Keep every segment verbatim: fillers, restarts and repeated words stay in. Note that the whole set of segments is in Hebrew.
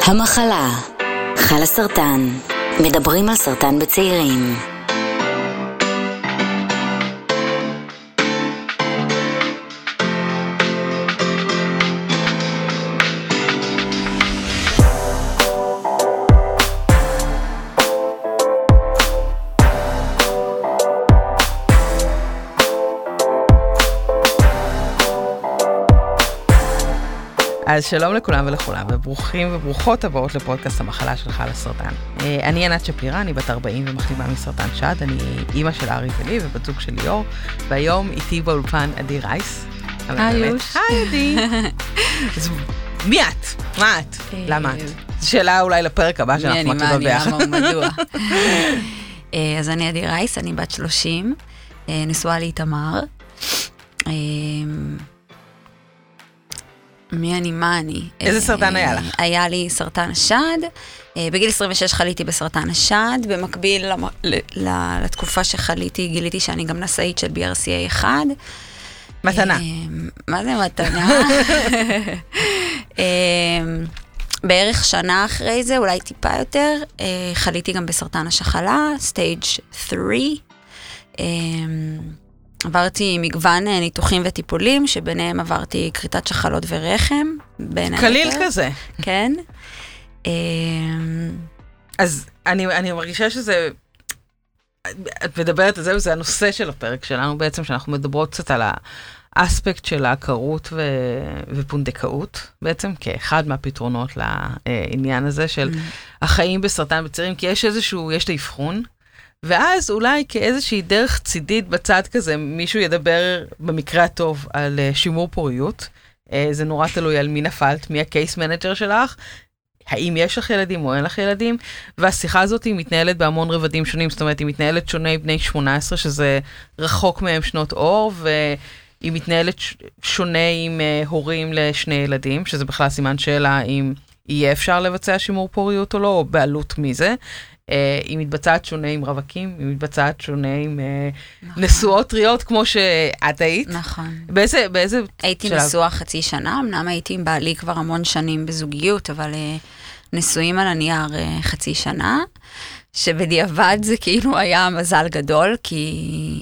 המחלה, חלה סרטן, מדברים על סרטן בצעירים. אז שלום לכולם ולכולם, וברוכים וברוכות הבאות לפודקאסט המחלה של חלה סרטן. אני ענת שפירא, אני בת ארבעים ומחלימה מסרטן שד, אני אימא של ארי ולי ובת זוג של ליאור, והיום איתי באולפן עדי רייס. היי יוש. היי עדי. אז מי את? מה את? למה את? זו שאלה אולי לפרק הבא שאנחנו מכירות ביחד. מי אני, מה אני, למה ומדוע. אז אני עדי רייס, אני בת שלושים, נשואה לאיתמר. מי אני, מה אני? איזה סרטן היה לך? היה לי סרטן השד. בגיל עשרים ושש חליתי בסרטן השד. במקביל לתקופה שחליתי, גיליתי שאני גם נשאית של בי אר סי איי אחד. מתנה. מה זה מתנה? בערך שנה אחרי זה, אולי טיפה יותר, חליתי גם בסרטן השחלה, סטייג' שלוש. עברתי מגוון ניתוחים וטיפולים, שביניהם עברתי כריתת שחלות ורחם. קליל כזה. כן. אז אני, אני מרגישה שזה, את מדברת על זה, וזה הנושא של הפרק שלנו בעצם, שאנחנו מדברות קצת על האספקט של ההכרות ו, ופונדקאות, בעצם כאחד מהפתרונות לעניין הזה של החיים בסרטן בצעירים, כי יש איזשהו, יש לאבחון, ואז אולי כאיזושהי דרך צידית בצד כזה, מישהו ידבר במקרה הטוב על שימור פוריות. זה נורא תלוי על מי נפלת, מי הקייס מנג'ר שלך, האם יש לך ילדים או אין לך ילדים, והשיחה הזאת היא מתנהלת בהמון רבדים שונים, זאת אומרת, היא מתנהלת שונה בני שמונה עשרה, שזה רחוק מהם שנות אור, והיא מתנהלת שונה עם הורים לשני ילדים, שזה בכלל סימן שאלה אם יהיה אפשר לבצע שימור פוריות או לא, או בעלות מזה. היא מתבצעת שונה עם רווקים, היא מתבצעת שונה עם נשואות טריות, כמו שאת היית. נכון. באיזה, באיזה הייתי נשואה חצי שנה, אמנם הייתי עם בעלי כבר המון שנים בזוגיות, אבל נשואים על הנייר חצי שנה, שבדיעבד זה כאילו היה מזל גדול, כי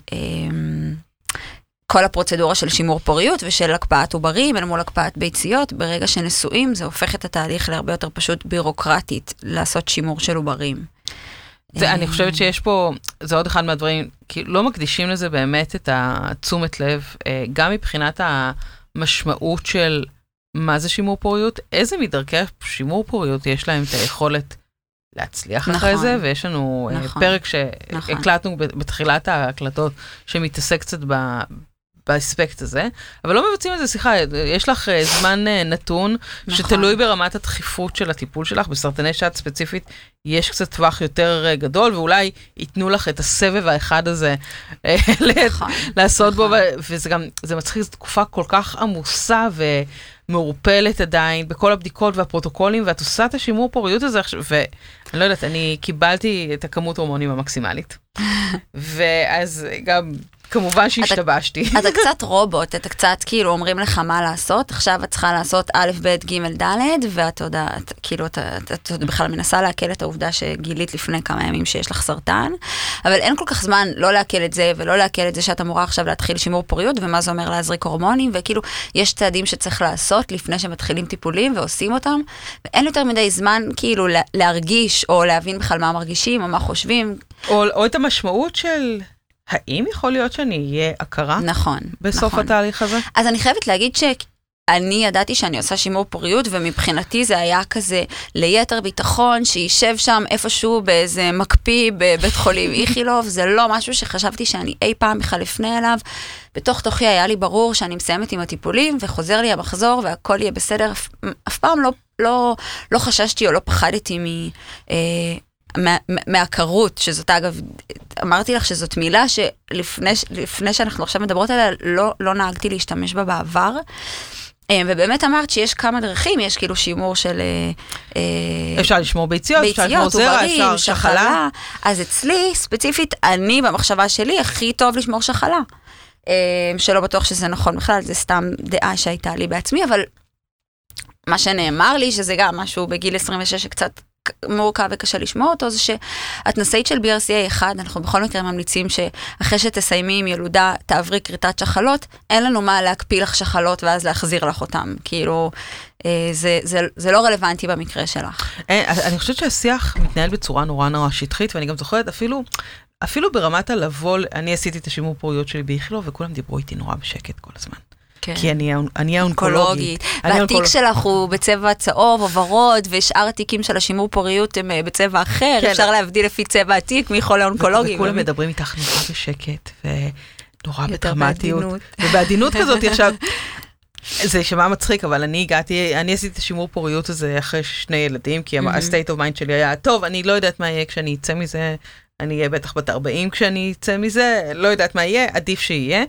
כל הפרוצדורה של שימור פוריות ושל הקפאת עוברים אל מול הקפאת ביציות, ברגע שנשואים זה הופך את התהליך להרבה יותר פשוט בירוקרטית, לעשות שימור של עוברים. זה, אני חושבת שיש פה, זה עוד אחד מהדברים, כי לא מקדישים לזה באמת את התשומת לב, גם מבחינת המשמעות של מה זה שימור פוריות, איזה מדרכי שימור פוריות יש להם את היכולת להצליח נכון, אחרי זה, ויש לנו נכון, פרק שהקלטנו נכון. בתחילת ההקלטות, שמתעסק קצת ב... באספקט הזה, אבל לא מבצעים איזה שיחה, יש לך זמן נתון, נכון. שתלוי ברמת הדחיפות של הטיפול שלך, בסרטני שד ספציפית, יש קצת טווח יותר גדול, ואולי ייתנו לך את הסבב האחד הזה, נכון. לעשות נכון. בו, וזה גם, זה מצחיק, זו תקופה כל כך עמוסה, ומעורפלת עדיין, בכל הבדיקות והפרוטוקולים, ואת עושה את השימור פוריות הזה, ואני לא יודעת, אני קיבלתי את הכמות הורמונים המקסימלית, ואז גם, כמובן שהשתבשתי. אתה קצת רובוט, אתה קצת כאילו אומרים לך מה לעשות, עכשיו את צריכה לעשות א', ב', ג', ד', ואת יודעת, כאילו אתה בכלל מנסה להקל את העובדה שגילית לפני כמה ימים שיש לך סרטן, אבל אין כל כך זמן לא להקל את זה, ולא להקל את זה שאת אמורה עכשיו להתחיל שימור פוריות, ומה זה אומר להזריק הורמונים, וכאילו יש צעדים שצריך לעשות לפני שמתחילים טיפולים ועושים אותם, ואין יותר מדי זמן כאילו להרגיש, או להבין בכלל מה מרגישים, או מה חושבים. או, או את המשמעות של... האם יכול להיות שאני אהיה הכרה? נכון. בסוף נכון. התהליך הזה? אז אני חייבת להגיד שאני ידעתי שאני עושה שימור פוריות, ומבחינתי זה היה כזה ליתר ביטחון, שישב שם איפשהו באיזה מקפיא בבית חולים איכילוב, זה לא משהו שחשבתי שאני אי פעם בכלל לפני אליו. בתוך תוכי היה לי ברור שאני מסיימת עם הטיפולים, וחוזר לי המחזור, והכל יהיה בסדר. אף, אף פעם לא, לא, לא חששתי או לא פחדתי מ... אה, מה, מהכרות, שזאת אגב, אמרתי לך שזאת מילה שלפני לפני שאנחנו עכשיו מדברות עליה, לא, לא נהגתי להשתמש בה בעבר, ובאמת אמרת שיש כמה דרכים, יש כאילו שימור של... אפשר לשמור ביציות, אפשר לשמור זרע, אפשר שחלה. אז אצלי, ספציפית, אני במחשבה שלי, הכי טוב לשמור שחלה. שלא בטוח שזה נכון בכלל, זה סתם דעה שהייתה לי בעצמי, אבל מה שנאמר לי, שזה גם משהו בגיל עשרים ושש שקצת מורכב וקשה לשמוע אותו, זה שאת נשאית של בי אר סי איי אחד, אנחנו בכל מקרה ממליצים שאחרי שתסיימי עם ילודה, תעברי כריתת שחלות, אין לנו מה להקפיא לך שחלות ואז להחזיר לך אותם. כאילו, זה, זה, זה לא רלוונטי במקרה שלך. אני חושבת שהשיח מתנהל בצורה נורא נורא שטחית, ואני גם זוכרת אפילו, אפילו ברמת הלבוא, אני עשיתי את השימור פוריות שלי באיכילוב, וכולם דיברו איתי נורא בשקט כל הזמן. כן. כי אני, אני האונקולוגית. והתיק שלך הוא בצבע צהוב או ורוד, ושאר התיקים של השימור פוריות הם בצבע אחר, כן. אפשר להבדיל לפי צבע התיק מכל האונקולוגים. וכולם מדברים איתך נורא בשקט, ונורא בדרמטיות. ובעדינות כזאת עכשיו, זה שמע מצחיק, אבל אני הגעתי, אני עשיתי את השימור פוריות הזה אחרי שני ילדים, כי ה-state of mind שלי היה, טוב, אני לא יודעת מה יהיה כשאני אצא מזה, אני אהיה בטח בת ארבעים כשאני אצא מזה, לא יודעת מה יהיה, עדיף שיהיה.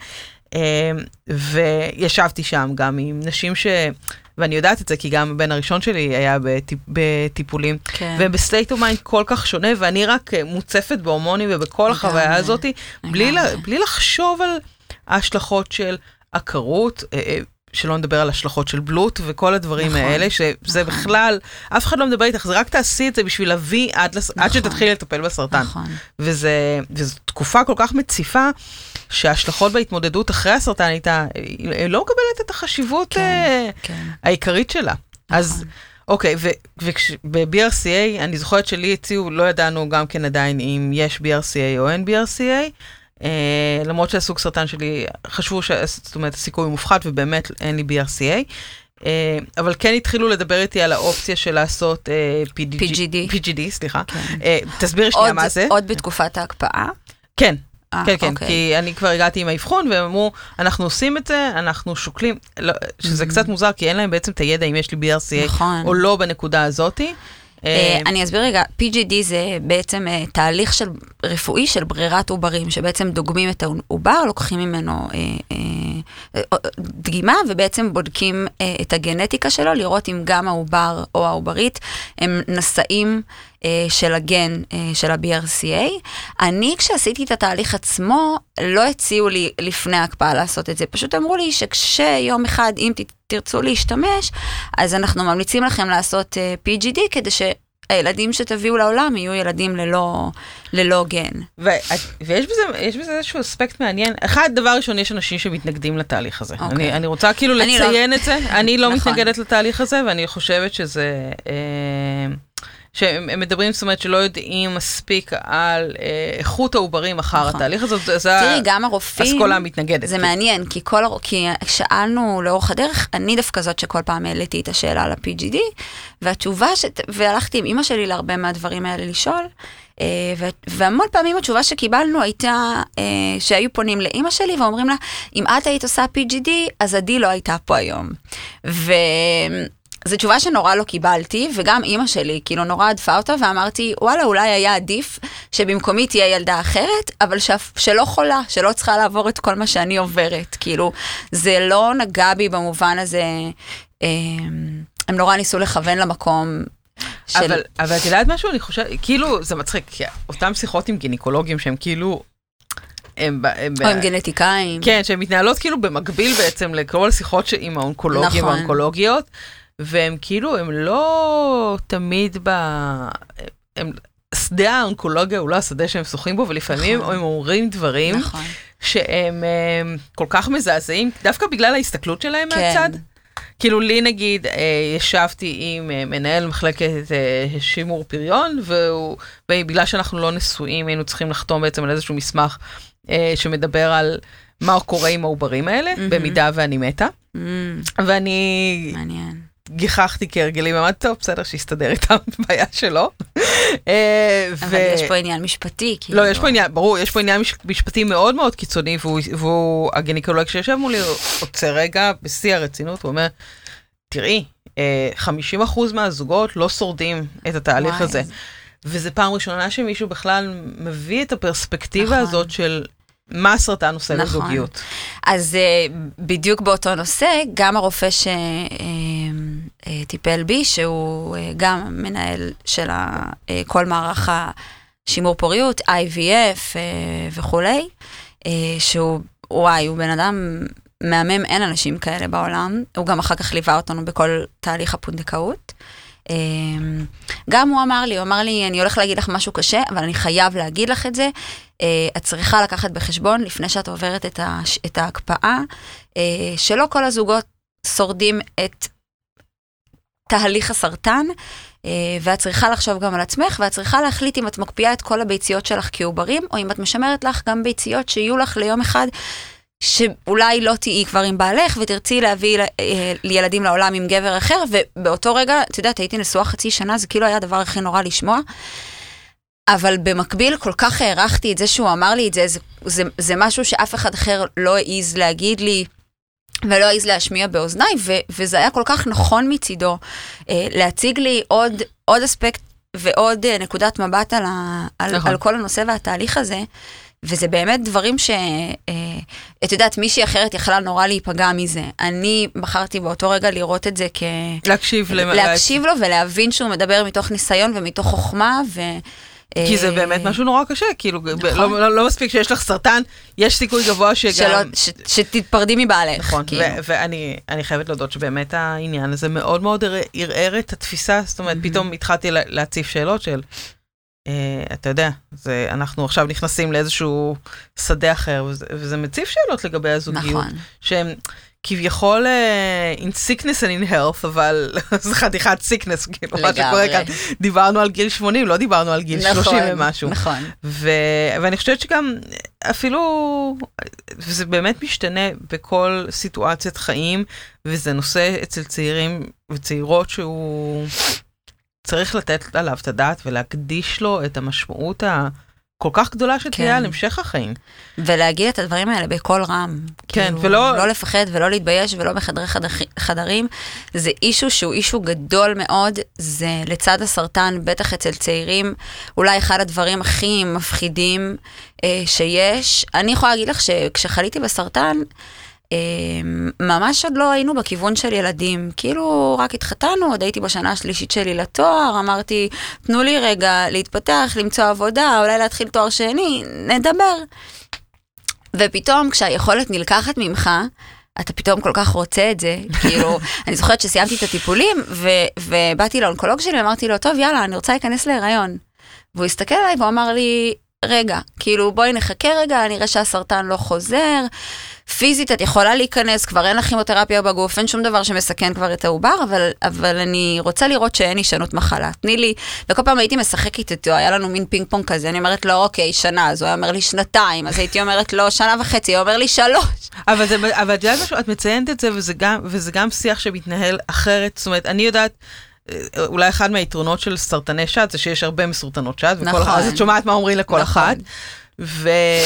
וישבתי שם גם עם נשים ש... ואני יודעת את זה, כי גם הבן הראשון שלי היה בטיפ... בטיפולים, כן. ובסטייט אוף מיינד כל כך שונה, ואני רק מוצפת בהורמונים ובכל החוויה הזאת, בלי, לה... בלי לחשוב על ההשלכות של עקרות, שלא נדבר על השלכות של בלוט, וכל הדברים נכון, האלה, שזה נכון. בכלל, אף אחד לא מדבר איתך, זה רק תעשי את זה בשביל להביא עד, לס... נכון. עד שתתחיל לטפל בסרטן. נכון. וזה... וזו תקופה כל כך מציפה, שההשלכות בהתמודדות אחרי הסרטן הייתה, היא לא מקבלת את החשיבות כן, uh, כן. העיקרית שלה. נכון. אז, אוקיי, וב-בי אר סי איי, אני זוכרת שלי הציעו, לא ידענו גם כן עדיין אם יש בי אר סי איי או אין בי אר סי איי, uh, למרות שהסוג סרטן שלי, חשבו זאת אומרת, הסיכוי מופחת, ובאמת אין לי בי אר סי איי, uh, אבל כן התחילו לדבר איתי על האופציה של לעשות uh, פי ג'י די, פי ג'י די, סליחה. כן. Uh, תסביר שנייה מה זה. עוד בתקופת ההקפאה? כן. כן, כן, כי אני כבר הגעתי עם האבחון, והם אמרו, אנחנו עושים את זה, אנחנו שוקלים, שזה קצת מוזר, כי אין להם בעצם את הידע אם יש לי בי אר סי איי או לא בנקודה הזאת. אני אסביר רגע, פי ג'י די זה בעצם תהליך של רפואי של ברירת עוברים, שבעצם דוגמים את העובר, לוקחים ממנו דגימה, ובעצם בודקים את הגנטיקה שלו, לראות אם גם העובר או העוברית הם נשאים של הגן של ה-בי אר סי איי. אני, כשעשיתי את התהליך עצמו, לא הציעו לי לפני ההקפאה לעשות את זה. פשוט אמרו לי שכשיום אחד, אם תרצו להשתמש, אז אנחנו ממליצים לכם לעשות פי ג'י די, כדי שהילדים שתביאו לעולם יהיו ילדים ללא, ללא גן. ו- ויש בזה, יש בזה איזשהו אספקט מעניין. אחד, דבר ראשון, יש אנשים שמתנגדים לתהליך הזה. Okay. אני, אני רוצה כאילו לציין לא... את זה. אני לא נכון. מתנגדת לתהליך הזה, ואני חושבת שזה... אה... שהם מדברים, זאת אומרת, שלא יודעים מספיק על אה, איכות העוברים אחר נכון. התהליך הזאת, זה תראי, גם הרופאים, אסכולה מתנגדת. זה כי... מעניין, כי, כל, כי שאלנו לאורך הדרך, אני דווקא זאת שכל פעם העליתי את השאלה על ה-פי ג'י די, והתשובה, ש... והלכתי עם אמא שלי להרבה מהדברים האלה לשאול, אה, ו... והמון פעמים התשובה שקיבלנו הייתה, אה, שהיו פונים לאמא שלי, ואומרים לה, אם את היית עושה פי ג'י די, אז עדי לא הייתה פה היום. ו... זו תשובה שנורא לא קיבלתי, וגם אמא שלי, כאילו נורא עדפה אותה, ואמרתי, וואלה, אולי היה עדיף שבמקומי תהיה ילדה אחרת, אבל ש... שלא חולה, שלא צריכה לעבור את כל מה שאני עוברת. כאילו, זה לא נגע בי במובן הזה, הם נורא ניסו לכוון למקום של... אבל, אבל את יודעת משהו? אני חושבת, כאילו, זה מצחיק, כי אותם שיחות עם גינקולוגים שהם כאילו... הם, הם, או עם גנטיקאים. כן, שהן מתנהלות כאילו במקביל בעצם לכל השיחות עם האונקולוגים נכון. והאונקולוגיות, והם כאילו, הם לא תמיד ב... הם... שדה האונקולוגיה הוא לא השדה שהם שוחים בו, ולפעמים נכון. הם אומרים דברים נכון. שהם הם, כל כך מזעזעים, דווקא בגלל ההסתכלות שלהם כן. מהצד. כאילו לי נגיד, ישבתי עם מנהל מחלקת שימור פריון, והוא, ובגלל שאנחנו לא נשואים, היינו צריכים לחתום בעצם על איזשהו מסמך שמדבר על מה קורה עם העוברים האלה, mm-hmm. במידה ואני מתה. Mm-hmm. ואני... מעניין. גיחכתי כהרגלים, אמרתי, טוב, בסדר, שיסתדר איתם בעיה שלו. אבל יש פה עניין משפטי. לא, יש פה עניין, ברור, יש פה עניין משפטי מאוד מאוד קיצוני, והוא, הגינקולוג שישב מולי, עוצר רגע בשיא הרצינות, הוא אומר, תראי, חמישים אחוז מהזוגות לא שורדים את התהליך הזה. וזה פעם ראשונה שמישהו בכלל מביא את הפרספקטיבה הזאת של... מה הסרטן עושה נכון. לזוגיות? אז uh, בדיוק באותו נושא, גם הרופא שטיפל uh, uh, בי, שהוא uh, גם מנהל של ה, uh, כל מערך השימור פוריות, איי וי אף uh, וכולי, uh, שהוא, וואי, הוא בן אדם מהמם, אין אנשים כאלה בעולם, הוא גם אחר כך ליווה אותנו בכל תהליך הפונדקאות. גם הוא אמר לי, הוא אמר לי, אני הולך להגיד לך משהו קשה, אבל אני חייב להגיד לך את זה, את צריכה לקחת בחשבון, לפני שאת עוברת את, ה, את ההקפאה, שלא כל הזוגות שורדים את תהליך הסרטן, ואת צריכה לחשוב גם על עצמך, ואת צריכה להחליט אם את מקפיאה את כל הביציות שלך כעוברים, או אם את משמרת לך גם ביציות שיהיו לך ליום אחד, שאולי לא תהיי כבר עם בעלך, ותרצי להביא ילדים לעולם עם גבר אחר, ובאותו רגע, את יודעת, הייתי נשואה חצי שנה, זה כאילו היה הדבר הכי נורא לשמוע, אבל במקביל כל כך הערכתי את זה שהוא אמר לי את זה, זה, זה, זה משהו שאף אחד אחר לא העיז להגיד לי, ולא העיז להשמיע באוזניי, ו, וזה היה כל כך נכון מצידו, אה, להציג לי עוד, עוד אספקט, ועוד אה, נקודת מבט על, ה, על, נכון. על כל הנושא והתהליך הזה, וזה באמת דברים ש... אה, את יודעת, מישהי אחרת יכלה נורא להיפגע מזה. אני בחרתי באותו רגע לראות את זה כ... להקשיב, להקשיב לו ולהבין שהוא מדבר מתוך ניסיון ומתוך חוכמה, ו... כי זה באמת משהו נורא קשה, כאילו, לא, לא, לא מספיק שיש לך סרטן, יש סיכוי גבוה שגם... שלא, ש, שתתפרדי מבעלך. נכון, כאילו. ו- ואני אני חייבת להודות שבאמת העניין הזה מאוד מאוד ערער את התפיסה, זאת אומרת, mm-hmm. פתאום התחלתי להציף שאלות של, אה, אתה יודע, זה, אנחנו עכשיו נכנסים לאיזשהו שדה אחר, וזה, וזה מציף שאלות לגבי הזוגיות, נכון. שהם... כביכול uh, in sickness and in health, אבל זה חתיכת sickness, כאילו, מה שקורה כאן. דיברנו על גיל שמונים, לא דיברנו על גיל נכון, שלושים ומשהו. נכון. ו- ואני חושבת שגם אפילו, וזה באמת משתנה בכל סיטואציית חיים, וזה נושא אצל צעירים וצעירות שהוא צריך לתת עליו את הדעת, ולהקדיש לו את המשמעות ה... כל כך גדולה שתהיה על המשך החיים. ולהגיד את הדברים האלה בכל רם. כן, ולא... לא לפחד ולא להתבייש ולא בחדרי חדרים. זה אישו שהוא אישו גדול מאוד, זה לצד הסרטן, בטח אצל צעירים, אולי אחד הדברים הכי מפחידים אה, שיש. אני יכולה להגיד לך שכשחליתי בסרטן, ממש עוד לא היינו בכיוון של ילדים, כאילו רק התחתנו, עוד הייתי בשנה השלישית שלי לתואר, אמרתי, תנו לי רגע להתפתח, למצוא עבודה, אולי להתחיל תואר שני, נדבר. ופתאום כשהיכולת נלקחת ממך, אתה פתאום כל כך רוצה את זה, כאילו, אני זוכרת שסיימתי את הטיפולים, ו- ובאתי לאונקולוג שלי, אמרתי לו, טוב, יאללה, אני רוצה להיכנס להיריון. והוא הסתכל עליי והוא אמר לי, רגע, כאילו, בואי נחכה רגע, נראה שהסרטן לא חוזר, פיזית את יכולה להיכנס, כבר אין לך כימותרפיה בגוף, אין שום דבר שמסכן כבר את העובר, אבל, אבל אני רוצה לראות שאין הישנות מחלה. תני לי, וכל פעם הייתי משחקת איתו, היה לנו מין פינג פונג כזה, אני אומרת לו, אוקיי, שנה, אז הוא היה אומר לי שנתיים, אז הייתי אומרת לו, שנה וחצי, הוא אומר לי שלוש. אבל זה, אבל את יודעת משהו, את מציינת את זה, וזה גם, וזה גם שיח שמתנהל אחרת, זאת אומרת, אני יודעת, אולי אחד מהיתרונות של סרטני שד, זה שיש הרבה מסרטנות שד, וכל אחד, אז את שומעת מה אומרים לכל אחד, ו...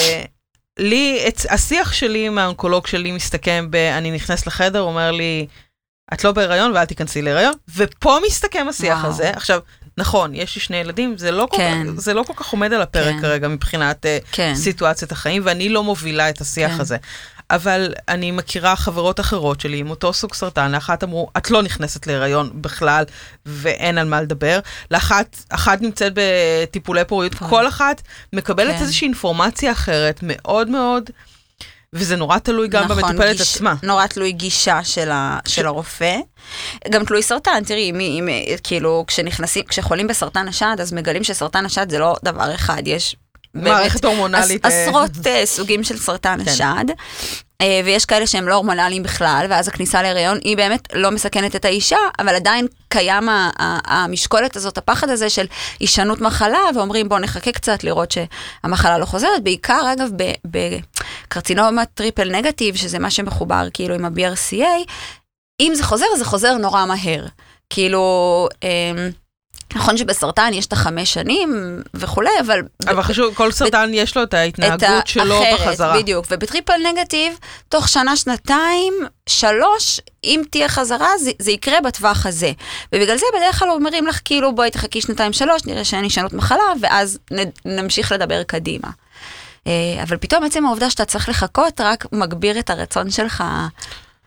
לי, את, השיח שלי מהאונקולוג שלי מסתכם ב, אני נכנס לחדר, הוא אומר לי, את לא בהיריון ואל תיכנסי להיריון, ופה מסתכם השיח וואו. הזה. עכשיו, נכון, יש לי שני ילדים, זה לא, כן. כל, זה לא כל כך עומד על הפרק כן. כרגע מבחינת כן. סיטואציית החיים, ואני לא מובילה את השיח כן. הזה. אבל אני מכירה חברות אחרות שלי עם אותו סוג סרטן, לאחת אמרו, את לא נכנסת להיריון בכלל, ואין על מה לדבר. לאחת, אחת נמצאת בטיפולי פוריות, כל אחת מקבלת כן. איזושהי אינפורמציה אחרת, מאוד מאוד, וזה נורא תלוי גם נכון, במטופלת גיש, עצמה. נורא תלוי גישה של, ה, ש... של הרופא. גם תלוי סרטן, תראי, מי, מי, כאילו, כשנכנסים, כשחולים בסרטן השד, אז מגלים שסרטן השד זה לא דבר אחד, יש... מערכת הורמונלית. עשרות סוגים של סרטן השד, ויש כאלה שהם לא הורמונליים בכלל, ואז הכניסה להיריון היא באמת לא מסכנת את האישה, אבל עדיין קיים המשקולת הזאת, הפחד הזה של הישנות מחלה, ואומרים בוא נחכה קצת לראות שהמחלה לא חוזרת, בעיקר אגב בקרצינומה טריפל נגטיב, שזה מה שמחובר כאילו עם ה-בי אר סי איי, אם זה חוזר, זה חוזר נורא מהר. כאילו... נכון שבסרטן יש את החמש שנים וכולי, אבל... אבל חשוב, כל סרטן יש לו את ההתנהגות שלו בחזרה. בדיוק, ובטריפל נגטיב, תוך שנה, שנתיים, שלוש, אם תהיה חזרה, זה יקרה בטווח הזה. ובגלל זה בדרך כלל אומרים לך, כאילו, בואי תחכי שנתיים, שלוש, נראה שאין הישנות מחלה, ואז נמשיך לדבר קדימה. אבל פתאום עצם העובדה שאתה צריך לחכות, רק מגביר את הרצון שלך...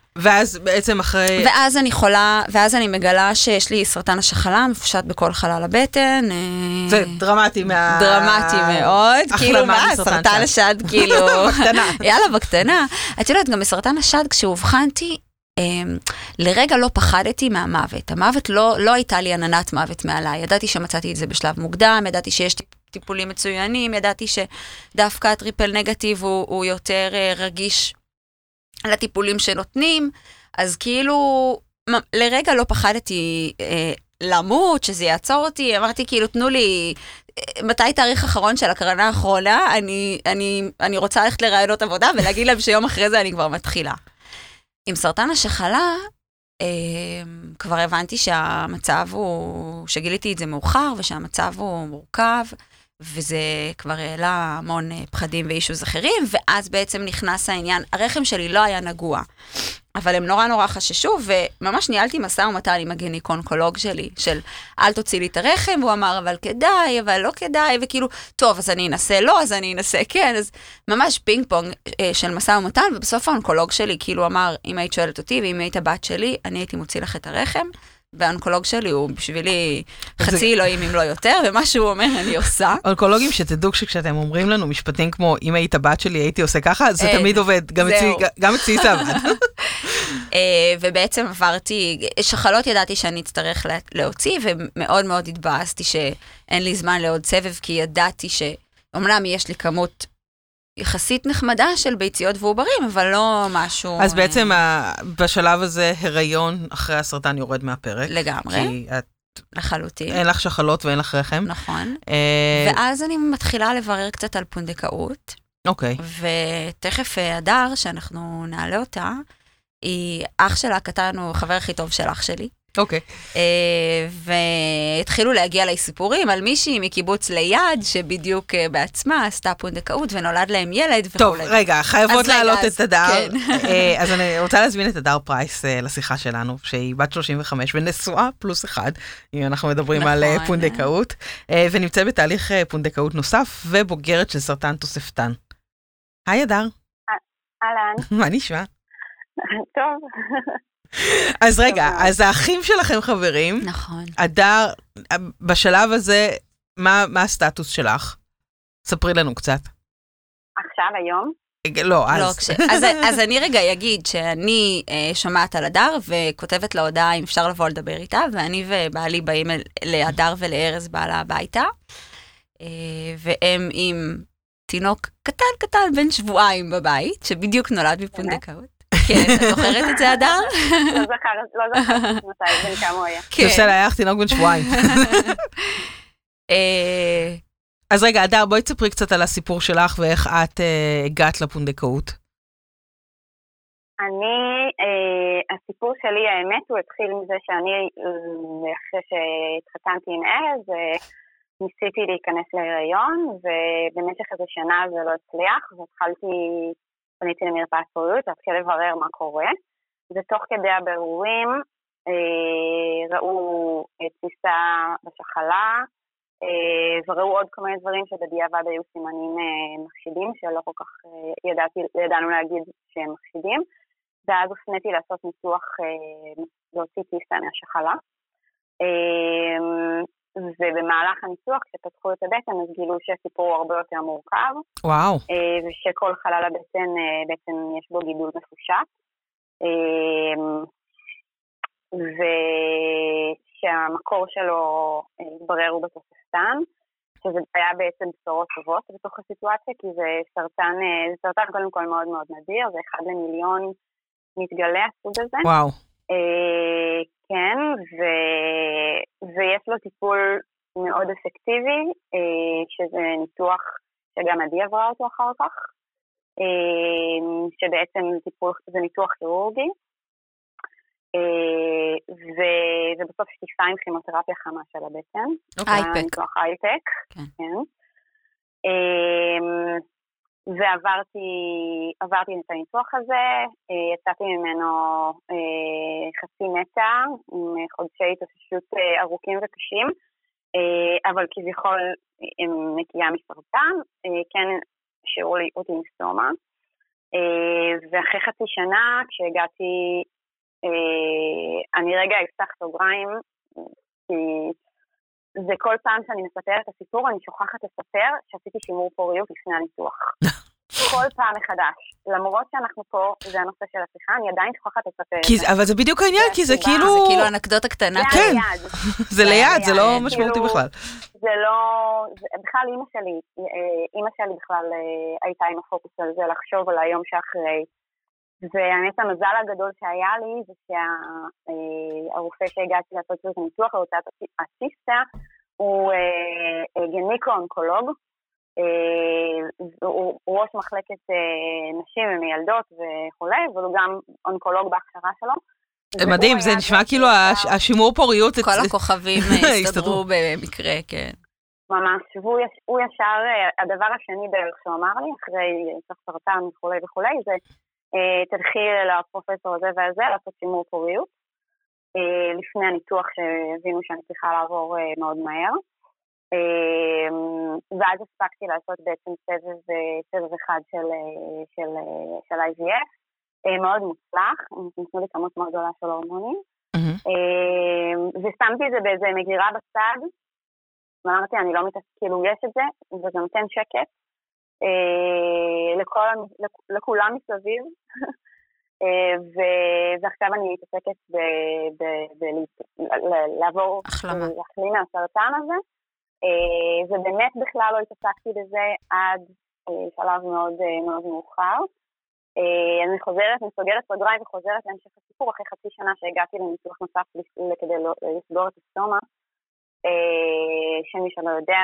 ואז בעצם אחרי... ואז אני חולה, ואז אני מגלה שיש לי סרטן השחלה, מפושט בכל חלל הבטן. זה דרמטי מה... דרמטי מאוד. כאילו מה, סרטן השד, כאילו... בקטנה. יאללה, בקטנה. את יודעת, גם בסרטן השד, כשהובחנתי, לרגע לא פחדתי מהמוות. המוות לא, לא הייתה לי עננת מוות מעליי. ידעתי שמצאתי את זה בשלב מוקדם, ידעתי שיש טיפולים מצוינים, ידעתי שדווקא הטריפל נגטיב הוא, הוא יותר רגיש לטיפולים שנותנים, אז כאילו, לרגע לא פחדתי אה, למות, שזה יעצור אותי, אמרתי כאילו, תנו לי, מתי תאריך אחרון של הקרנה האחרונה, אני, אני, אני רוצה ללכת לרעיונות עבודה, ולהגיד להם שיום אחרי זה אני כבר מתחילה. עם סרטן השחלה, אה, כבר הבנתי שהמצב הוא, שגיליתי את זה מאוחר, ושהמצב הוא מורכב, וזה כבר העלה המון פחדים ואישוז אחרים, ואז בעצם נכנס העניין, הרחם שלי לא היה נגוע, אבל הם נורא נורא חששו, וממש ניהלתי מסע ומתן עם הגניקונקולוג שלי, של אל תוציא לי את הרחם, והוא אמר, אבל כדאי, אבל לא כדאי, וכאילו, טוב, אז אני אנסה לא, אז אני אנסה כן, אז ממש פינג פונג אה, של מסע ומתן, ובסוף האונקולוג שלי כאילו אמר, אם היית שואלת אותי, ואם היית בת שלי, אני הייתי מוציא לך את הרחם, והאונקולוג שלי הוא בשבילי חצי אלוהים אם לא יותר, ומה שהוא אומר אני עושה. אונקולוגים שתדעו שכשאתם אומרים לנו משפטים כמו, אם היית בת שלי הייתי עושה ככה, זה תמיד עובד, גם אצלי זה עבד. ובעצם עברתי, שחלות ידעתי שאני אצטרך להוציא, ומאוד מאוד התבאסתי שאין לי זמן לעוד סבב, כי ידעתי שאומנם יש לי כמות יחסית נחמדה של ביציות ועוברים, אבל לא משהו... אז בעצם בשלב הזה, הריון אחרי הסרטן יורד מהפרק. לגמרי. כי את... לחלוטין. אין לך שחלות ואין לך רחם. נכון. ואז אני מתחילה לברר קצת על פונדקאות. אוקיי. ותכף הדר, שאנחנו נעלה אותה, היא אח שלה הקטן, הוא חבר הכי טוב של אח שלי. אוקיי. והתחילו להגיע לי סיפורים על מישהי מקיבוץ ליד, שבדיוק בעצמה עשתה פונדקאות, ונולד להם ילד. טוב, רגע, חייבות להעלות את הדר. אז אני רוצה להזמין את הדר פרייס לשיחה שלנו, שהיא בת שלושים וחמש ונשואה פלוס אחד, אם אנחנו מדברים על פונדקאות, ונמצא בתהליך פונדקאות נוסף, ובוגרת של סרטן תוספתן. היי הדר. אהלן. מה נשמע? טוב. אז רגע, אז האחים שלכם חברים. נכון. הדר, בשלב הזה, מה, מה הסטטוס שלך? ספרי לנו קצת. עכשיו, היום? לא, אז. לא, כש... אז, אז אני רגע אגיד שאני אה, שומעת על הדר, וכותבת לה הודעה אם אפשר לבוא לדבר איתה, ואני ובעלי באים להדר ולארז בעלה הביתה, אה, והם עם תינוק קטן קטן בין שבועיים בבית, שבדיוק נולד מפונדקאות. כן, את זוכרת את זה, הדר? לא זכרת, לא זכרת מתי, בין כמה הוא היה. זה בסדר, היה לך תינוק בן שבועיים. אז רגע, הדר, בואי תספרי קצת על הסיפור שלך, ואיך את הגעת לפונדקאות. אני, הסיפור שלי, האמת, הוא התחיל מזה שאני, אחרי שהתחתנתי עם ארז, ניסיתי להיכנס להיריון, ובמשך איזו שנה זה לא הצליח, והתחלתי... פניתי למרפאת פוריות, להתחיל לברר מה קורה. ותוך כדי הבירורים אה, ראו תסיסה בשחלה, אה, וראו עוד כל מיני דברים שבדיעבד היו סימנים אה, מחשידים, שלא כל כך אה, ידעתי, ידענו להגיד שהם מחשידים. ואז הפניתי לעשות ניתוח, אה, להוציא תסיסה מהשחלה. אה, ובמהלך הניתוח, כשפתחו את הבטן, אז גילו שהסיפור הוא הרבה יותר מורכב. וואו. ושכל חלל הבטן בעצם יש בו גידול מפושט. ושהמקור שלו התברר הוא בתוספתן, שזה היה בעצם בשורות טובות בתוך הסיטואציה, כי זה סרטן, זה סרטן קודם כל מאוד מאוד נדיר, זה אחד למיליון מתגלה הסוג הזה. וואו. כן, ו... ויש לו טיפול מאוד אפקטיבי, שזה ניתוח שגם עדי עברה אותו אחר כך, שבעצם טיפול, זה ניתוח כירורגי, ו... ובסוף שטיפה עם כימותרפיה חמה של הבטן. אייפק. ניתוח אייפק, כן. כן. ועברתי עברתי את הניתוח הזה, יצאתי ממנו חצי מתה, עם חודשי התאוששות ארוכים וקשים, אבל כביכול הם נקייה מסרטן, כן השאירו לי אותי עם סטומה, ואחרי חצי שנה, כשהגעתי, אני רגע אפתח סוגריים, כי זה כל פעם שאני מספרת את הסיפור, אני שוכחת לספר שעשיתי שימור פוריות לפני הניתוח. כל פעם מחדש. למרות שאנחנו פה, זה הנושא של השיחה, אני עדיין שוכחת לספר את זה. אבל זה בדיוק העניין, כי זה כאילו... זה כאילו אנקדוטה קטנה. כן, זה ליד, זה לא משמעותי בכלל. זה לא... בכלל אימא שלי, אימא שלי בכלל הייתה עם הפוקוס על זה, לחשוב על היום שאחרי. והאמת המזל הגדול שהיה לי, זה שהרופא שהגעתי לעשות את הניתוח, להוצאת הציסטה, הוא גניקו-אונקולוג, הוא ראש מחלקת נשים ומילדות וכולי, אבל הוא גם אונקולוג בהכשרה שלו. מדהים, זה נשמע כאילו השימור פוריות... כל הכוכבים הסתדרו במקרה, כן. ממש, והוא ישר, הדבר השני בערך שהוא אמר לי, אחרי סרטן וכולי וכולי, זה תלכי לפרופסור הזה והזה, לעשות שימור פוריות, לפני הניתוח שהבינו שאני צריכה לעבור מאוד מהר. ואז הספקתי לעשות בעצם סבב, סבב אחד של, של, של איי וי אף, מאוד מוצלח, נתנו לי כמות מאוד גדולה של הורמונים, ושמתי את זה באיזה מגירה בצד, ואמרתי, אני לא מתעסק, כאילו יש את זה, וזה נותן שקט, לכל, לכולם מסביב, ועכשיו אני מתעסקת לעבור, להחלים מהסרטן הזה, זה באמת בכלל לא התעסקתי בזה עד שלב מאוד מאוד מאוחר. אני חוזרת, מסוגרת סוגריים וחוזרת להמשך הסיפור, אחרי חצי שנה שהגעתי לניתוח נוסף כדי לסגור את הסטומה, שמי שלא יודע,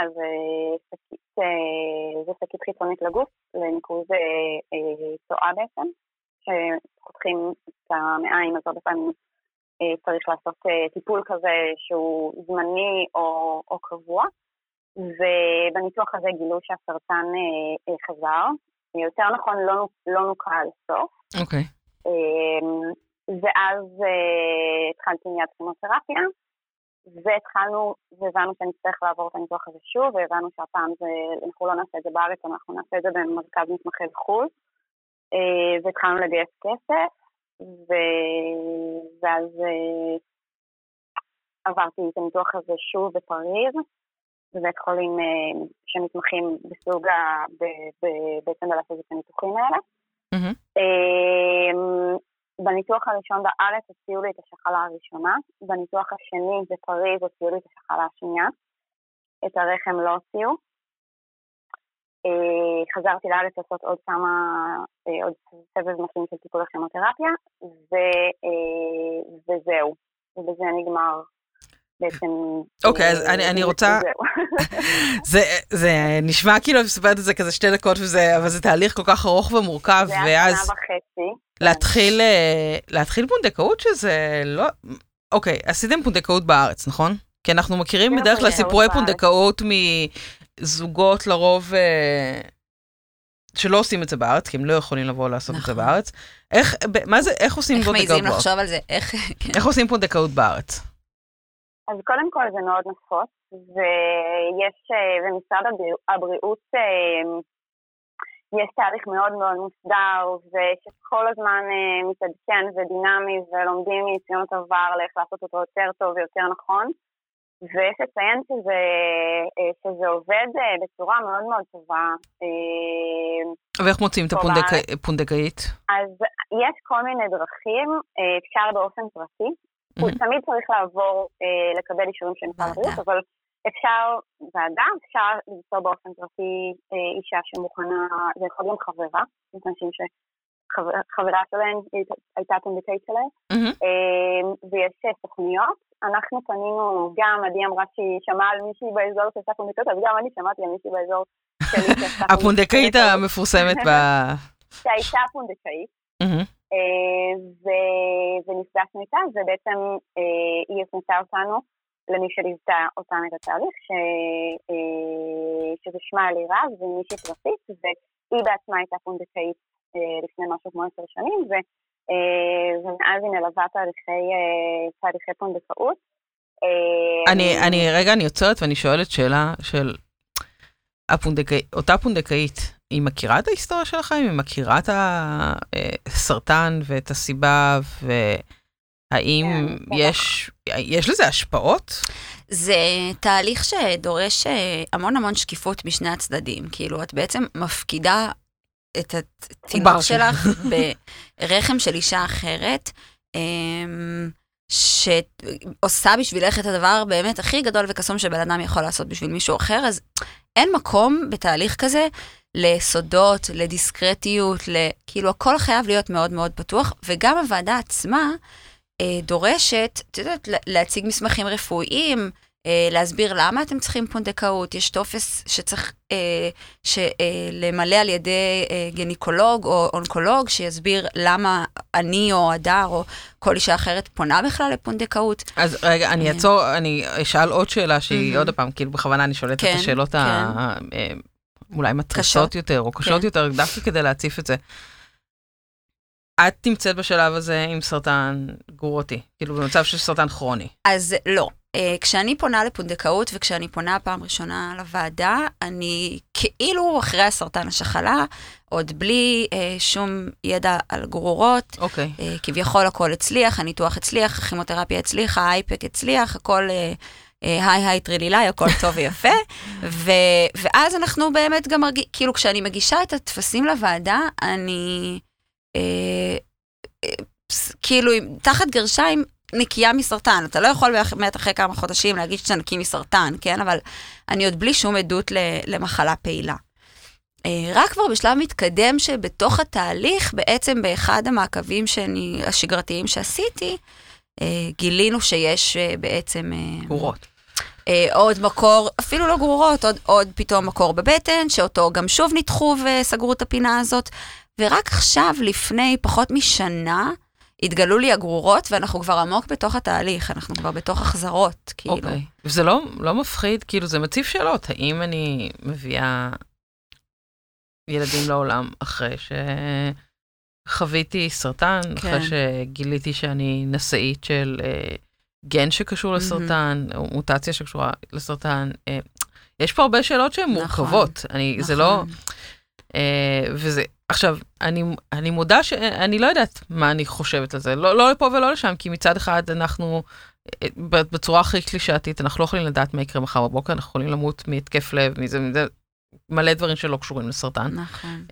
זה שקית חיצונית לגוף, לניקוז צואה בעצם, שחותכים את המעיים, אז הרבה פעמים צריך לעשות טיפול כזה שהוא זמני או, או קבוע, ובניתוח הזה גילו שהסרטן חזר, יותר נכון לא, לא נוקע על סוף. אוקיי. ואז התחלתי מיד כימותרפיה, והתחלנו, והבנו שאני צריך לעבור את הניתוח הזה שוב, והבנו שהפעם זה, אנחנו לא נעשה את זה בארץ, אנחנו נעשה את זה במרכז מתמחה בחו"ל, והתחלנו לגייס כסף, ו... ואז עברתי את הניתוח הזה שוב בפריז, בבית חולים שמתמחים בסוג, ה... ב... ב... בעצם בלעשות את הניתוחים האלה. Mm-hmm. בניתוח הראשון בארץ הוציאו לי את השחלה הראשונה, בניתוח השני בפריז הוציאו לי את השחלה השנייה, את הרחם לא הוציאו. חזרתי לארץ לעשות עוד כמה, עוד סבב משלים של טיפול הכימותרפיה, וזהו, ובזה נגמר בעצם... אוקיי, אז אני רוצה... זה נשמע כאילו מספרת את זה כזה שתי דקות, אבל זה תהליך כל כך ארוך ומורכב, ואז... זה שנה וחצי. להתחיל, להתחיל פונדקאות שזה לא... אוקיי, עשיתם פונדקאות בארץ, נכון? כי אנחנו מכירים בדרך כלל סיפורי פונדקאות מזוגות לרוב שלא עושים את זה בארץ, כי הם לא יכולים לבוא לעשות את זה בארץ. איך, מה זה, איך עושים פונדקאות בארץ? איך מעיזים לחשוב על זה? איך עושים פונדקאות בארץ? אז קודם כל זה מאוד נפוץ, ויש, ומשרד הבריאות, יש תהליך מאוד מאוד מוסדר, ושכל הזמן מתעדכן ודינמי, ולומדים מניסיונות עבר לאיך לעשות אותו יותר טוב ויותר נכון, ויש לציין שזה, שזה עובד בצורה מאוד מאוד טובה. ואיך מוצאים את הפונדקאית? אז יש כל מיני דרכים, אפשר באופן פרטי, הוא תמיד צריך לעבור לקבל אישורים של משרד הבריאות, אבל אפשר ועדה, אפשר למצוא באופן פרטי אישה שמוכנה, זה יכול להיות חברה, אנשים שחברה שלהם הייתה פונדקאית שלהם, ויש סוכניות. אנחנו פנינו, גם עדי אמרה שהיא שמעה על מישהי באזור שעשה פונדקאית, אז גם אני שמעתי על מישהי באזור שלי שעשה פונדקאית. הפונדקאית המפורסמת ב... שהייתה פונדקאית, ונפגשנו איתה, ובעצם היא הכנסה אותנו למי שליוותה אותנו את התהליך, שזה שמה אלירז, והיא מישהי פרטית, והיא בעצמה הייתה פונדקאית לפני משהו כמו עשר שנים, ומאז היא מלווה תהליכי פונדקאות. אני, רגע, אני יוצרת ואני שואלת שאלה של אותה פונדקאית, היא מכירה את ההיסטוריה שלכם? היא מכירה את הסרטן ואת הסיבה, והאם יש, יש לזה השפעות? זה תהליך שדורש המון המון שקיפות משני הצדדים. כאילו, את בעצם מפקידה את התינוק שלך ברחם של אישה אחרת, שעושה בשבילך את הדבר באמת הכי גדול וקסום שבן אדם יכול לעשות בשביל מישהו אחר, אז אין מקום בתהליך כזה לסודות, לדיסקרטיות, כאילו הכל חייב להיות מאוד מאוד פתוח, וגם הוועדה עצמה אה, דורשת, את יודעת, להציג מסמכים רפואיים, אה, להסביר למה אתם צריכים פונדקאות, יש טופס שצריך אה, ש, אה, למלא על ידי אה, גניקולוג או אונקולוג, שיסביר למה אני או הדר או כל אישה אחרת פונה בכלל לפונדקאות. אז רגע, אני אעצור, אני אשאל עוד שאלה שהיא עוד הפעם, כאילו בכוונה אני שואלת את השאלות ה... אולי מטריסות יותר, או קשות יותר, דווקא כדי להציף את זה. את נמצאת בשלב הזה עם סרטן גרורותי, כאילו במצב של סרטן כרוני. אז לא. כשאני פונה לפונדקאות, וכשאני פונה פעם ראשונה לוועדה, אני כאילו אחרי הסרטן השחלה, עוד בלי אה, שום ידע על גרורות, אוקיי. אה, כביכול הכל הצליח, הניתוח הצליח, הכימותרפיה הצליחה, האייפק הצליח, הכל... אה, היי היי טרילילי, הכל טוב ויפה, ו, ואז אנחנו באמת גם מרגיש, כאילו כשאני מגישה את התפסים לוועדה, אני אה, אה, כאילו תחת גרשיים נקייה מסרטן, אתה לא יכול באמת אחרי כמה חודשים להגיד שאתה נקי מסרטן, כן? אבל אני עוד בלי שום עדות למחלה פעילה. אה, רק כבר בשלב מתקדם שבתוך התהליך, בעצם באחד המעקבים שאני, השגרתיים שעשיתי, אה, גילינו שיש אה, בעצם... אה, גרורות. עוד מקור, אפילו לא גרורות, עוד, עוד פתאום מקור בבטן, שאותו גם שוב ניתחו וסגרו את הפינה הזאת, ורק עכשיו, לפני פחות משנה, התגלו לי הגרורות, ואנחנו כבר עמוק בתוך התהליך, אנחנו כבר בתוך החזרות, כאילו. אוקיי. וזה לא, לא מפחיד, כאילו זה מציב שאלות, האם אני מביאה ילדים לעולם אחרי שחוויתי סרטן, כן. אחרי שגיליתי שאני נשאית של... גן שקשור לסרטן, או מוטציה שקשורה לסרטן. יש פה הרבה שאלות שהן מורכבות. אני, זה לא... וזה... עכשיו, אני, אני מודה שאני לא יודעת מה אני חושבת על זה. לא, לא לפה ולא לשם, כי מצד אחד אנחנו, בצורה הכי קלישאתית, אנחנו לא יכולים לדעת מה יקרה מחר בבוקר, אנחנו יכולים למות מהתקף לב, מזה, מזה, מלא דברים שלא קשורים לסרטן. נכון.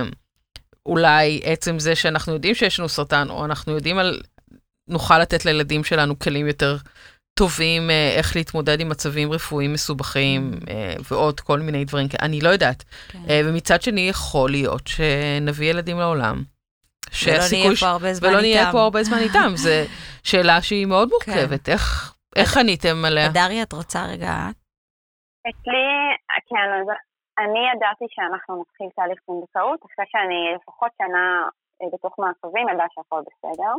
אולי עצם זה שאנחנו יודעים שיש לנו סרטן, או אנחנו יודעים על... נוכל לתת לילדים שלנו כלים יותר טובים, איך להתמודד עם מצבים רפואיים מסובכים, ועוד כל מיני דברים, אני לא יודעת. ומצד שני יכול להיות שנביא ילדים לעולם. ולא נהיה פה הרבה זמן איתם. ולא נהיה פה הרבה זמן איתם. זו שאלה שהיא מאוד מורכבת. איך עניתם עליה? דריה, את רוצה רגע? אצלי, כן, אז אני ידעתי שאנחנו נתחיל תהליך פונדקאות, אחרי שאני לפחות שנה בתוך מעקבים, ידעה שהכל בסדר.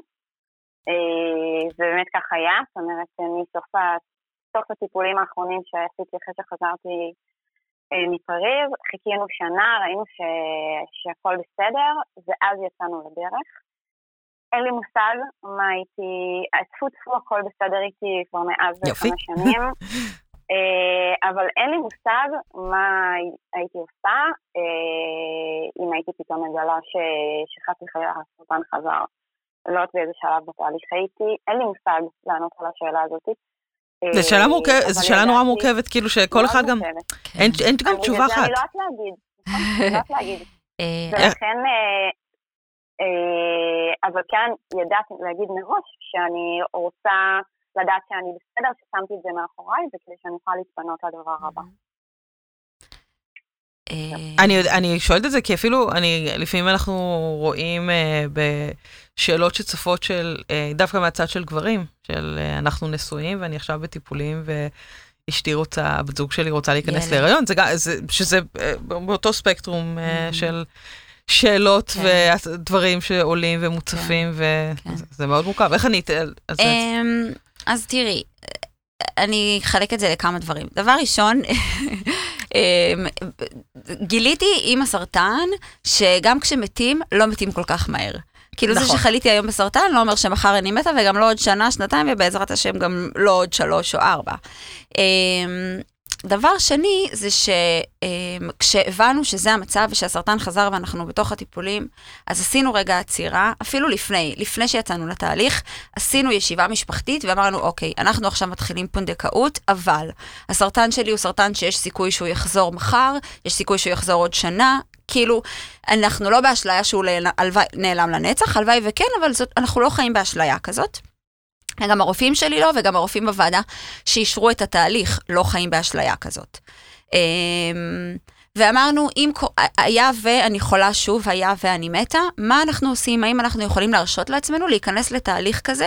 ובאמת כך היה, זאת אומרת, מסוף הטיפולים האחרונים שעשיתי אחרי שחזרתי מפריז, חיכינו שנה, ראינו ש... שהכל בסדר, ואז יצאנו לדרך. אין לי מושג מה הייתי, צפו צפו הכל בסדר איתי כבר מאז כמה שנים, אבל אין לי מושג מה הייתי עושה, אם הייתי פתאום מגלה ש... שחצי חיי הסרטן חזר. לא יודעת באיזה שלב בתהליך הייתי, אין לי מושג לענות על השאלה הזאת. זו שאלה מורכבת, זו שאלה נורא מורכבת, כאילו שכל אחד גם, אין גם תשובה אחת. אני לא יודעת להגיד, אני לא יודעת להגיד. ולכן, אבל כן ידעתי להגיד מראש שאני רוצה לדעת שאני בסדר, ששמתי את זה מאחוריי, וכדי שאני אוכל להתפנות לדבר הבא. אני, אני שואלת את זה, כי אפילו, אני, לפעמים אנחנו רואים uh, בשאלות שצפות של, uh, דווקא מהצד של גברים, של uh, אנחנו נשואים, ואני עכשיו בטיפולים, ואשתי רוצה, הבת זוג שלי רוצה להיכנס ילד. להיריון, זה, זה, שזה uh, באותו ספקטרום uh, mm-hmm. של שאלות כן. ודברים שעולים ומוצפים, כן. וזה כן. מאוד מורכב. איך אני... אז, um, אז תראי, אני אחלק את זה לכמה דברים. דבר ראשון, גיליתי עם הסרטן, שגם כשמתים, לא מתים כל כך מהר. כאילו זה שחליתי היום בסרטן, לא אומר שמחר אני מתה, וגם לא עוד שנה, שנתיים, ובעזרת השם גם לא עוד שלוש או ארבע. דבר שני, זה שכשהבנו שזה המצב ושהסרטן חזר ואנחנו בתוך הטיפולים, אז עשינו רגע עצירה, אפילו לפני, לפני שיצאנו לתהליך, עשינו ישיבה משפחתית ואמרנו, אוקיי, אנחנו עכשיו מתחילים פונדקאות, אבל הסרטן שלי הוא סרטן שיש סיכוי שהוא יחזור מחר, יש סיכוי שהוא יחזור עוד שנה, כאילו, אנחנו לא באשליה שהוא נעלם לנצח, הלוואי וכן, אבל זאת, אנחנו לא חיים באשליה כזאת. גם הרופאים שלי לא, וגם הרופאים בוועדה שישרו את התהליך, לא חיים באשליה כזאת. ואמרנו, אם היה ואני חולה שוב, היה ואני מתה, מה אנחנו עושים? האם אנחנו יכולים להרשות לעצמנו להיכנס לתהליך כזה?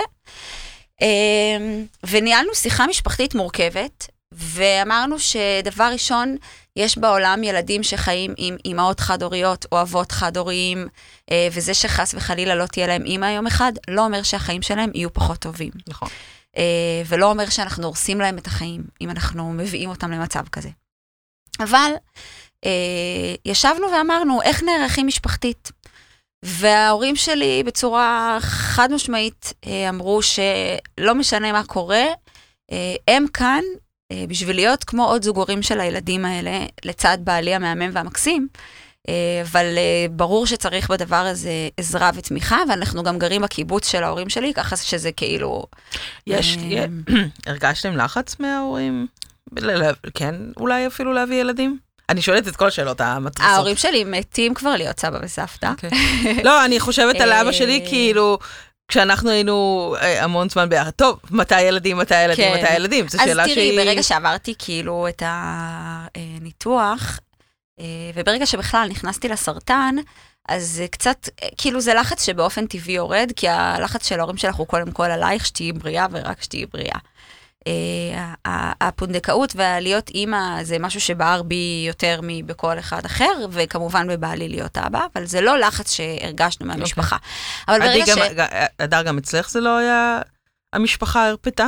וניהלנו שיחה משפחתית מורכבת, ואמרנו שדבר ראשון, יש בעולם ילדים שחיים עם אמהות חד-הוריות או אבות חד-הוריים, וזה שחס וחלילה לא תהיה להם אמא יום אחד, לא אומר שהחיים שלהם יהיו פחות טובים. נכון. ולא אומר שאנחנו הורסים להם את החיים, אם אנחנו מביאים אותם למצב כזה. אבל ישבנו ואמרנו, איך נערכים משפחתית? וההורים שלי בצורה חד משמעית אמרו שלא משנה מה קורה, הם כאן, בשביל להיות כמו עוד זוגורים של הילדים האלה, לצד בעלי המאמן והמקסים, אבל ברור שצריך בדבר הזה עזרה ותמיכה, ואנחנו גם גרים בקיבוץ של ההורים שלי, ככה שזה כאילו... יש, הרגשתם לחץ מההורים? כן, אולי אפילו להביא ילדים? אני שואלת את כל השאלות המטרסות. ההורים שלי מתים כבר להיות סבא וסבתא. לא, אני חושבת על אבא שלי כאילו... כשאנחנו היינו המון זמן ביחד, טוב, מתי ילדים, מתי ילדים, מתי ילדים, זו שאלה שהיא... אז תראי, ברגע שעברתי כאילו את הניתוח, וברגע שבכלל נכנסתי לסרטן, אז קצת, כאילו זה לחץ שבאופן טבעי יורד, כי הלחץ של ההורים שלך הוא קודם כל עלייך, שתהיי בריאה ורק שתהיי בריאה. הפונדקאות והלהיות אימא זה משהו שבער בי יותר מבכל אחד אחר, וכמובן בבעלי להיות אבא, אבל זה לא לחץ שהרגשנו מהמשפחה. אבל ברגע ש... הדר, גם אצלך זה לא היה המשפחה הרפתה?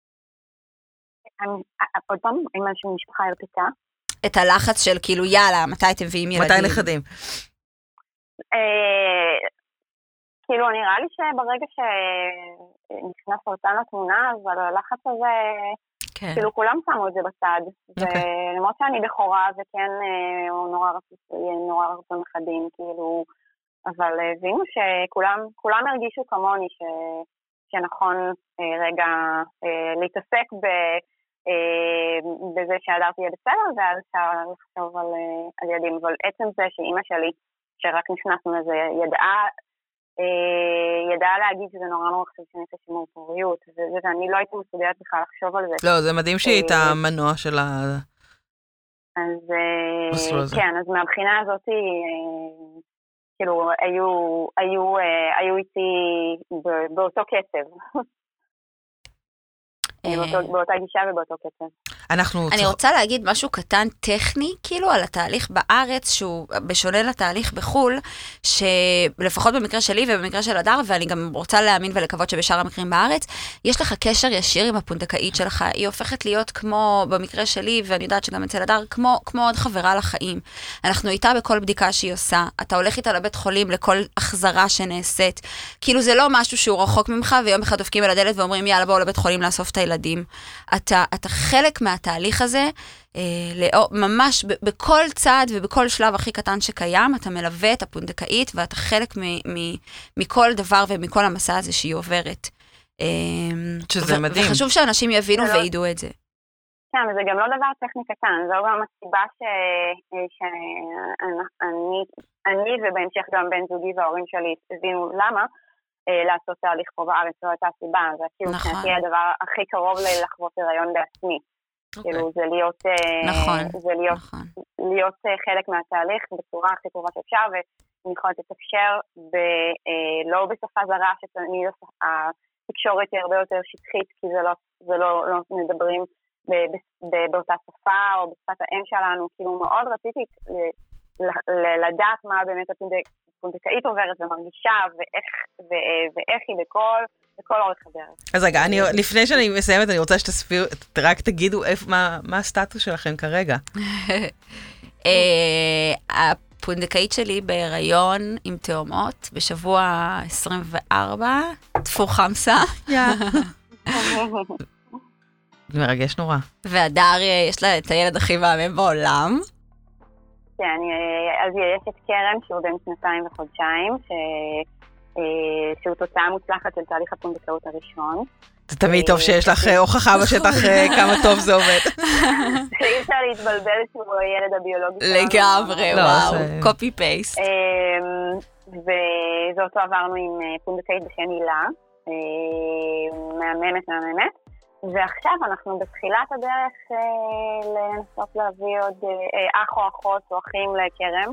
עוד פעם, אם משהו משפחה הרפתה? את הלחץ של כאילו, יאללה, מתי אתם מביאים ילדים? מתי נכדים? כאילו, נראה לי שברגע שנכנס סרטן לתמונה, אבל הלחץ הזה, כן. כאילו, כולם שמו את זה בצד. Okay. ולמרות שאני בכורה, וכן, הוא נורא נורא רצון מחדים, כאילו, אבל הבינו שכולם, כולם הרגישו כמוני, ש, שנכון רגע להתעסק ב, בזה שהדר תהיה בסדר, ואז אפשר לחשוב על, על ילדים. אבל עצם זה שאימא שלי, שרק נכנסנו לזה, ידעה, ידעה להגיד שזה נורא נורא חשוב שאני עושה שימור פוריות, ואני לא הייתי מסוגלת בכלל לחשוב על זה. לא, זה מדהים שהיא הייתה מנוע של ה... אז כן, אז מהבחינה הזאת, כאילו, היו איתי באותו קצב. באותה גישה ובאותו קצב. אנחנו... אני רוצה להגיד משהו קטן טכני, כאילו על התהליך בארץ, שהוא בשונה לתהליך בחול, שלפחות במקרה שלי ובמקרה של הדר, ואני גם רוצה להאמין ולקוות שבשאר המקרים בארץ, יש לך קשר ישיר עם הפונדקאית שלך, היא הופכת להיות כמו במקרה שלי, ואני יודעת שגם אצל הדר, כמו, כמו עוד חברה לחיים. אנחנו איתה בכל בדיקה שהיא עושה, אתה הולך איתה לבית חולים לכל החזרה שנעשית, כאילו זה לא משהו שהוא רחוק ממך, ויום אחד דופקים על הדלת ואומרים, יאללה, בואו לבית חולים לאסוף את הילדים. אתה, אתה חלק מהתהליך הזה, אה, ממש ב- בכל צעד ובכל שלב הכי קטן שקיים, אתה מלווה את הפונדקאית, ואתה חלק מ- מ- מכל דבר ומכל המסע הזה שהיא עוברת. שזה ו- מדהים. וחשוב שאנשים יבינו לא... וידעו את זה. כן, זה גם לא דבר טכני קטן, זו גם הסיבה ש- שאני אני ובהמשך גם בן זוגי וההורים שלי הבינו למה, לעשות תהליך פה בארץ, זו הייתה הסיבה, זה כאילו שנתי הדבר הכי קרוב לחוות הריון בעצמי. כאילו זה להיות, זה להיות, להיות חלק מהתהליך בצורה הכי טובה שאפשר, ואני יכולה לתקשר לא בשפה זרה, שתמיד התקשורת היא הרבה יותר שטחית, כי זה לא מדברים באותה שפה או בשפת האם שלנו, כאילו מאוד רציתי לדעת מה באמת הפונדקאית עוברת ומרגישה, ואיך, ואיך היא בכל, בכל אורך הדרך. אז רגע, אני, לפני שאני מסיימת, אני רוצה שתסביר, רק תגידו מה, מה הסטטוס שלכם כרגע. הפונדקאית שלי בהיריון עם תאומות, בשבוע עשרים וארבע, תפור חמסה. מרגש נורא. והדר, יש לה את הילד הכי מהמם בעולם. כן, אז יש את קרן, שהוא בן שנתיים וחודשיים, ש... שהוא תוצאה מוצלחת של תהליך הפונדקאות הראשון. זה תמיד טוב שיש לך הוכחה בשטח כמה טוב זה עובד. אי אפשר להתבלבל שהוא הילד הביולוגי. לגמרי, וואו, קופי פייסט. ואותו עברנו עם פונדקאית בשם הילה, מהממת מהממת. ועכשיו אנחנו בתחילת הדרך לנסות להביא עוד אח או אחות או אחים לכרם,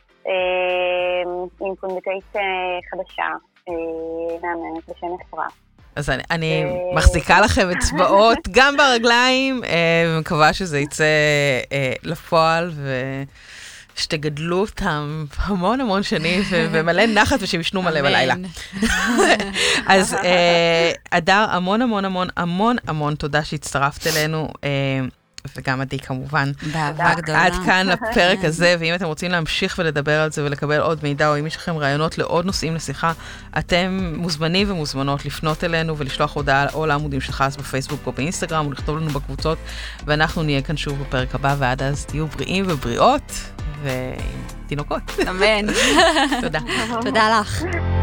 עם פונדקאית חדשה, מהממת בשם אפרת. אז אני, אני מחזיקה לכם אצבעות גם ברגליים, ומקווה שזה יצא לפועל, ושתגדלו אותם המון המון שנים, ומלא נחת ושישנו מלא בלילה. אז אדר, המון המון המון המון המון תודה שהצטרפת אלינו, וגם עדי כמובן. באהבה גדולה. עד כאן לפרק הזה, ואם אתם רוצים להמשיך ולדבר על זה ולקבל עוד מידע, או אם יש לכם רעיונות לעוד נושאים לשיחה, אתם מוזמנים ומוזמנות לפנות אלינו ולשלוח הודעה או לעמודים של חס בפייסבוק או באינסטגרם, ולכתוב לנו בקבוצות, ואנחנו נהיה כאן שוב בפרק הבא, ועד אז תהיו בריאים ובריאות, ועם תינוקות. אמן. תודה. תודה לך.